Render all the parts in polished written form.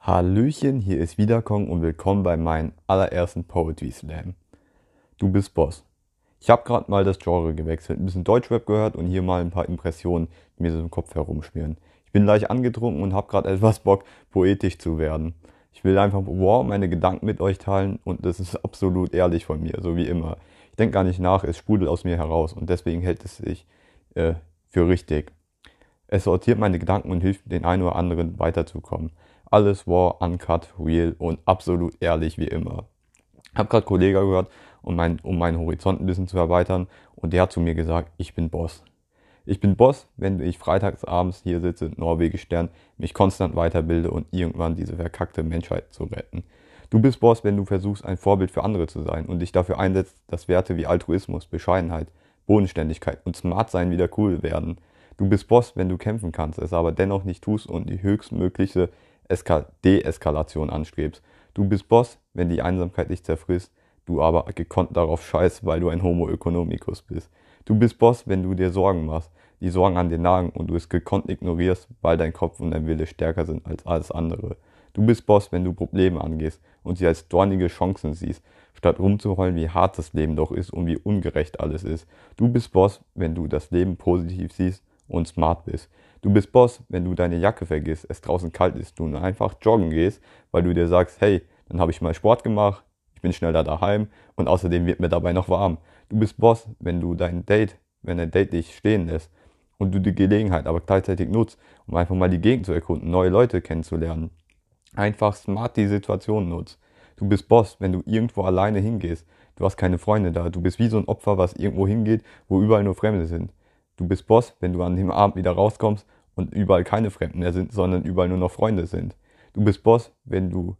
Hallöchen, hier ist wieder Kong und willkommen bei meinem allerersten Poetry Slam. Du bist Boss. Ich habe gerade mal das Genre gewechselt, ein bisschen Deutschrap gehört und hier mal ein paar Impressionen, die mir so im Kopf herumschwirren. Ich bin leicht angetrunken und habe gerade etwas Bock, poetisch zu werden. Ich will einfach meine Gedanken mit euch teilen und das ist absolut ehrlich von mir, so wie immer. Ich denke gar nicht nach, es sprudelt aus mir heraus und deswegen hält es sich äh, für richtig. Es sortiert meine Gedanken und hilft den einen oder anderen weiterzukommen. Alles raw, uncut, real und absolut ehrlich wie immer. Ich habe gerade Kollegen gehört, um meinen Horizont ein bisschen zu erweitern und der hat zu mir gesagt, ich bin Boss. Ich bin Boss, wenn ich freitags abends hier sitze, Norwegisch Stern, mich konstant weiterbilde und irgendwann diese verkackte Menschheit zu retten. Du bist Boss, wenn du versuchst, ein Vorbild für andere zu sein und dich dafür einsetzt, dass Werte wie Altruismus, Bescheidenheit, Bodenständigkeit und Smart sein wieder cool werden. Du bist Boss, wenn du kämpfen kannst, es aber dennoch nicht tust und die höchstmögliche Deeskalation anstrebst. Du bist Boss, wenn die Einsamkeit dich zerfrisst, du aber gekonnt darauf scheißt, weil du ein Homo economicus bist. Du bist Boss, wenn du dir Sorgen machst, die Sorgen an dir nagen und du es gekonnt ignorierst, weil dein Kopf und dein Wille stärker sind als alles andere. Du bist Boss, wenn du Probleme angehst und sie als dornige Chancen siehst, statt rumzuheulen, wie hart das Leben doch ist und wie ungerecht alles ist. Du bist Boss, wenn du das Leben positiv siehst und smart bist. Du bist Boss, wenn du deine Jacke vergisst, es draußen kalt ist, du einfach joggen gehst, weil du dir sagst, hey, dann habe ich mal Sport gemacht, ich bin schneller daheim und außerdem wird mir dabei noch warm. Du bist Boss, wenn ein Date dich stehen lässt und du die Gelegenheit aber gleichzeitig nutzt, um einfach mal die Gegend zu erkunden, neue Leute kennenzulernen. Einfach smart die Situation nutzt. Du bist Boss, wenn du irgendwo alleine hingehst. Du hast keine Freunde da. Du bist wie so ein Opfer, was irgendwo hingeht, wo überall nur Fremde sind. Du bist Boss, wenn du an dem Abend wieder rauskommst und überall keine Fremden mehr sind, sondern überall nur noch Freunde sind. Du bist Boss, wenn du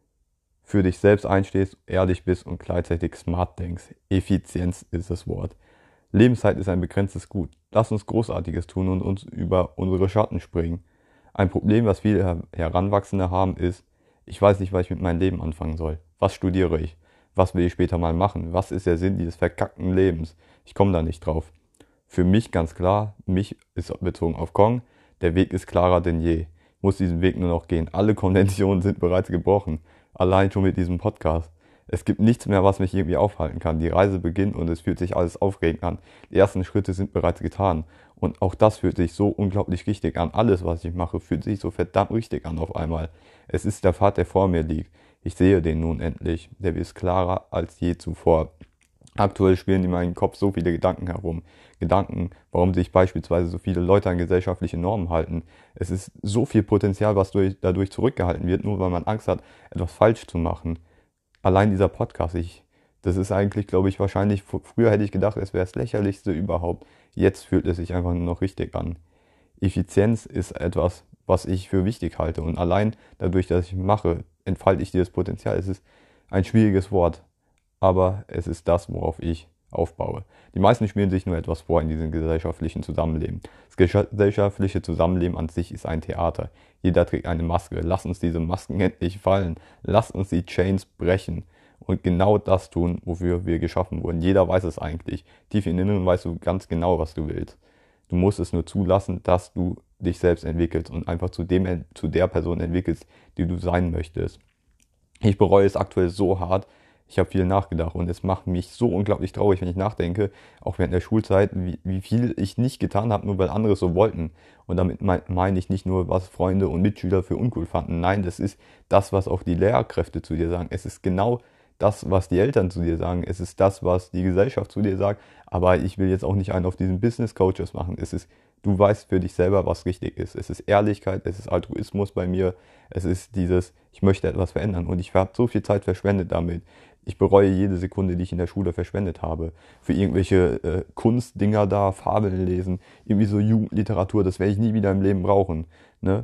für dich selbst einstehst, ehrlich bist und gleichzeitig smart denkst. Effizienz ist das Wort. Lebenszeit ist ein begrenztes Gut. Lass uns Großartiges tun und uns über unsere Schatten springen. Ein Problem, was viele Heranwachsende haben, ist, ich weiß nicht, was ich mit meinem Leben anfangen soll. Was studiere ich? Was will ich später mal machen? Was ist der Sinn dieses verkackten Lebens? Ich komme da nicht drauf. Für mich ganz klar, mich ist bezogen auf Kong, der Weg ist klarer denn je. Ich muss diesen Weg nur noch gehen. Alle Konventionen sind bereits gebrochen. Allein schon mit diesem Podcast. Es gibt nichts mehr, was mich irgendwie aufhalten kann. Die Reise beginnt und es fühlt sich alles aufregend an. Die ersten Schritte sind bereits getan. Und auch das fühlt sich so unglaublich richtig an. Alles, was ich mache, fühlt sich so verdammt richtig an auf einmal. Es ist der Pfad, der vor mir liegt. Ich sehe den nun endlich. Der ist klarer als je zuvor. Aktuell spielen in meinem Kopf so viele Gedanken herum. Gedanken, warum sich beispielsweise so viele Leute an gesellschaftliche Normen halten. Es ist so viel Potenzial, was dadurch zurückgehalten wird, nur weil man Angst hat, etwas falsch zu machen. Allein dieser Podcast, das ist eigentlich, glaube ich, wahrscheinlich, früher hätte ich gedacht, es wäre das Lächerlichste überhaupt. Jetzt fühlt es sich einfach nur noch richtig an. Effizienz ist etwas, was ich für wichtig halte und allein dadurch, dass ich mache, entfalte ich dieses Potenzial. Es ist ein schwieriges Wort, aber es ist das, worauf ich aufbaue. Die meisten spielen sich nur etwas vor in diesem gesellschaftlichen Zusammenleben. Das gesellschaftliche Zusammenleben an sich ist ein Theater. Jeder trägt eine Maske. Lass uns diese Masken endlich fallen. Lass uns die Chains brechen und genau das tun, wofür wir geschaffen wurden. Jeder weiß es eigentlich. Tief im Inneren weißt du ganz genau, was du willst. Du musst es nur zulassen, dass du dich selbst entwickelst und einfach zu der Person entwickelst, die du sein möchtest. Ich bereue es aktuell so hart. Ich habe viel nachgedacht und es macht mich so unglaublich traurig, wenn ich nachdenke, auch während der Schulzeit, wie viel ich nicht getan habe, nur weil andere so wollten. Und damit meine ich nicht nur, was Freunde und Mitschüler für uncool fanden. Nein, das ist das, was auch die Lehrkräfte zu dir sagen. Es ist genau das, was die Eltern zu dir sagen. Es ist das, was die Gesellschaft zu dir sagt. Aber ich will jetzt auch nicht einen auf diesen Business Coaches machen. Du weißt für dich selber, was richtig ist. Es ist Ehrlichkeit, es ist Altruismus bei mir. Es ist ich möchte etwas verändern. Und ich habe so viel Zeit verschwendet damit. Ich bereue jede Sekunde, die ich in der Schule verschwendet habe. Für irgendwelche Kunstdinger da, Fabeln lesen, irgendwie so Jugendliteratur, das werde ich nie wieder im Leben brauchen. Ne?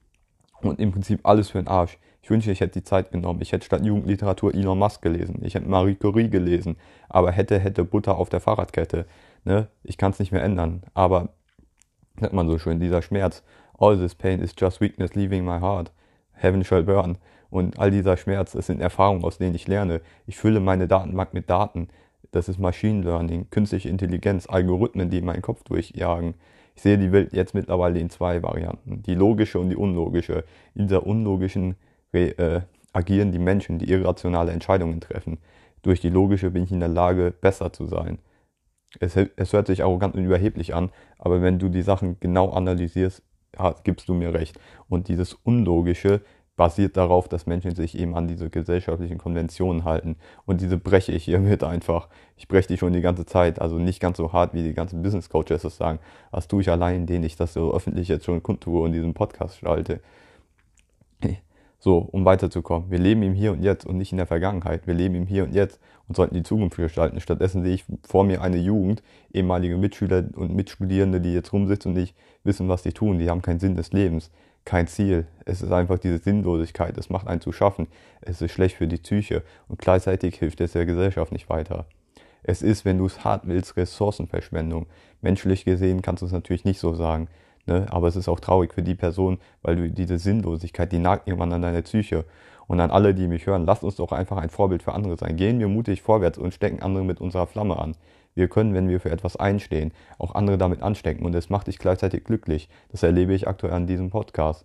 Und im Prinzip alles für den Arsch. Ich wünschte, ich hätte die Zeit genommen. Ich hätte statt Jugendliteratur Elon Musk gelesen. Ich hätte Marie Curie gelesen. Aber hätte Butter auf der Fahrradkette. Ne? Ich kann es nicht mehr ändern. Aber, sagt man so schön, dieser Schmerz. All this pain is just weakness leaving my heart. Heaven shall burn. Und all dieser Schmerz, es sind Erfahrungen, aus denen ich lerne. Ich fülle meine Datenbank mit Daten. Das ist Machine Learning, künstliche Intelligenz, Algorithmen, die meinen Kopf durchjagen. Ich sehe die Welt jetzt mittlerweile in zwei Varianten. Die logische und die unlogische. In dieser unlogischen agieren die Menschen, die irrationale Entscheidungen treffen. Durch die logische bin ich in der Lage, besser zu sein. Es hört sich arrogant und überheblich an, aber wenn du die Sachen genau analysierst, gibst du mir recht. Und dieses Unlogische basiert darauf, dass Menschen sich eben an diese gesellschaftlichen Konventionen halten. Und diese breche ich hiermit einfach. Ich breche die schon die ganze Zeit. Also nicht ganz so hart, wie die ganzen Business Coaches das sagen. Das tue ich allein, indem ich das so öffentlich jetzt schon kundtue und diesen Podcast schalte. So, um weiterzukommen. Wir leben im Hier und Jetzt und nicht in der Vergangenheit. Wir leben im Hier und Jetzt und sollten die Zukunft gestalten. Stattdessen sehe ich vor mir eine Jugend, ehemalige Mitschüler und Mitstudierende, die jetzt rumsitzen und nicht wissen, was sie tun. Die haben keinen Sinn des Lebens, kein Ziel. Es ist einfach diese Sinnlosigkeit. Es macht einen zu schaffen. Es ist schlecht für die Psyche und gleichzeitig hilft es der Gesellschaft nicht weiter. Es ist, wenn du es hart willst, Ressourcenverschwendung. Menschlich gesehen kannst du es natürlich nicht so sagen. Ne? Aber es ist auch traurig für die Person, weil du diese Sinnlosigkeit, die nagt irgendwann an deiner Psyche. Und an alle, die mich hören, lasst uns doch einfach ein Vorbild für andere sein. Gehen wir mutig vorwärts und stecken andere mit unserer Flamme an. Wir können, wenn wir für etwas einstehen, auch andere damit anstecken. Und es macht dich gleichzeitig glücklich. Das erlebe ich aktuell an diesem Podcast.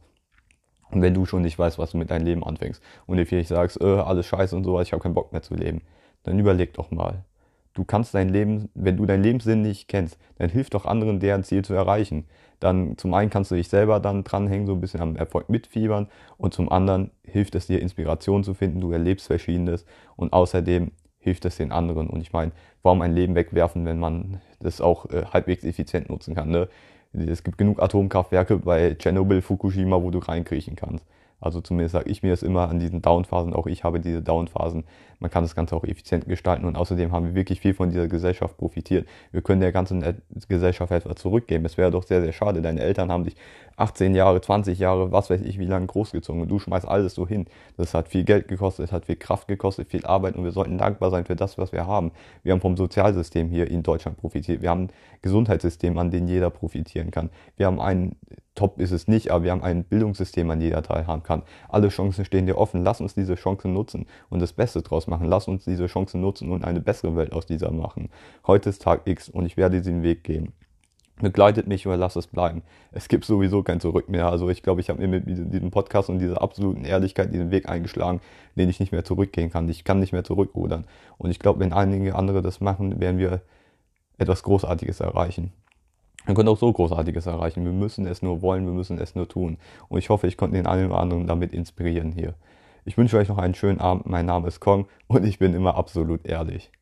Und wenn du schon nicht weißt, was du mit deinem Leben anfängst und dir vielleicht sagst, alles scheiße und sowas, ich habe keinen Bock mehr zu leben, dann überleg doch mal. Du kannst dein Leben, wenn du deinen Lebenssinn nicht kennst, dann hilf doch anderen, deren Ziel zu erreichen. Dann zum einen kannst du dich selber dann dranhängen, so ein bisschen am Erfolg mitfiebern und zum anderen hilft es dir, Inspiration zu finden, du erlebst Verschiedenes und außerdem hilft es den anderen. Und ich meine, warum ein Leben wegwerfen, wenn man das auch halbwegs effizient nutzen kann, ne? Es gibt genug Atomkraftwerke bei Tschernobyl, Fukushima, wo du reinkriechen kannst. Also zumindest sage ich mir das immer an diesen Downphasen, auch ich habe diese Downphasen. Man kann das Ganze auch effizient gestalten und außerdem haben wir wirklich viel von dieser Gesellschaft profitiert. Wir können der ganzen Gesellschaft etwas zurückgeben. Es wäre doch sehr, sehr schade. Deine Eltern haben dich 18 Jahre, 20 Jahre, was weiß ich, wie lange großgezogen und du schmeißt alles so hin. Das hat viel Geld gekostet, es hat viel Kraft gekostet, viel Arbeit und wir sollten dankbar sein für das, was wir haben. Wir haben vom Sozialsystem hier in Deutschland profitiert. Wir haben ein Gesundheitssystem, an dem jeder profitieren kann. Wir haben einen Top ist es nicht, aber wir haben ein Bildungssystem, an jeder teilhaben kann. Alle Chancen stehen dir offen. Lass uns diese Chancen nutzen und das Beste draus machen. Lass uns diese Chancen nutzen und eine bessere Welt aus dieser machen. Heute ist Tag X und ich werde diesen Weg gehen. Begleitet mich oder lass es bleiben. Es gibt sowieso kein Zurück mehr. Also ich glaube, ich habe mir mit diesem Podcast und dieser absoluten Ehrlichkeit diesen Weg eingeschlagen, den ich nicht mehr zurückgehen kann. Ich kann nicht mehr zurückrudern. Und ich glaube, wenn einige andere das machen, werden wir etwas Großartiges erreichen. Wir können auch so Großartiges erreichen. Wir müssen es nur wollen, wir müssen es nur tun. Und ich hoffe, ich konnte den einen oder anderen damit inspirieren hier. Ich wünsche euch noch einen schönen Abend. Mein Name ist Kong und ich bin immer absolut ehrlich.